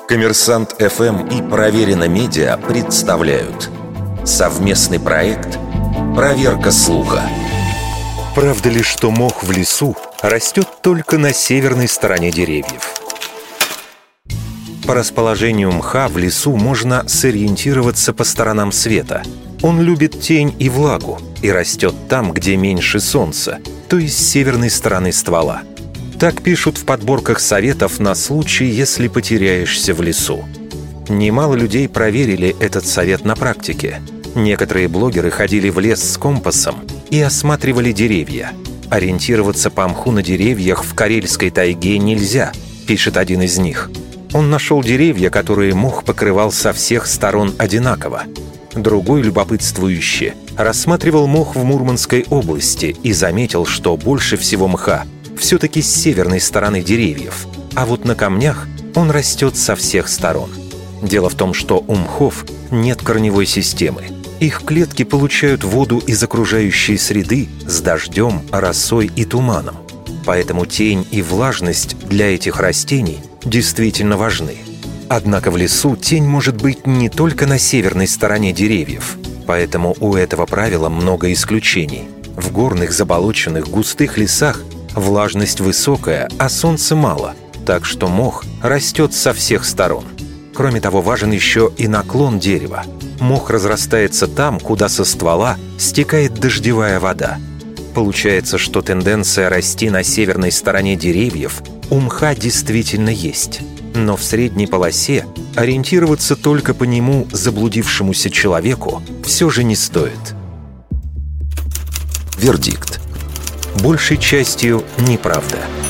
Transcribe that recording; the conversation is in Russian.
Коммерсант ФМ и Проверено Медиа представляют совместный проект «Проверка слуха». Правда ли, что мох в лесу растет только на северной стороне деревьев? По расположению мха в лесу можно сориентироваться по сторонам света. Он любит тень и влагу и растет там, где меньше солнца, то есть с северной стороны ствола. Так пишут в подборках советов на случай, если потеряешься в лесу. Немало людей проверили этот совет на практике. Некоторые блогеры ходили в лес с компасом и осматривали деревья. Ориентироваться по мху на деревьях в Карельской тайге нельзя, пишет один из них. Он нашел деревья, которые мох покрывал со всех сторон одинаково. Другой, любопытствующий, рассматривал мох в Мурманской области и заметил, что больше всего мха все-таки с северной стороны деревьев, а вот на камнях он растет со всех сторон. Дело в том, что у мхов нет корневой системы. Их клетки получают воду из окружающей среды с дождем, росой и туманом. Поэтому тень и влажность для этих растений действительно важны. Однако в лесу тень может быть не только на северной стороне деревьев, поэтому у этого правила много исключений. В горных, заболоченных, густых лесах влажность высокая, а солнца мало, так что мох растет со всех сторон. Кроме того, важен еще и наклон дерева. Мох разрастается там, куда со ствола стекает дождевая вода. Получается, что тенденция расти на северной стороне деревьев у мха действительно есть. Но в средней полосе ориентироваться только по нему заблудившемуся человеку все же не стоит. Вердикт. Большей частью неправда.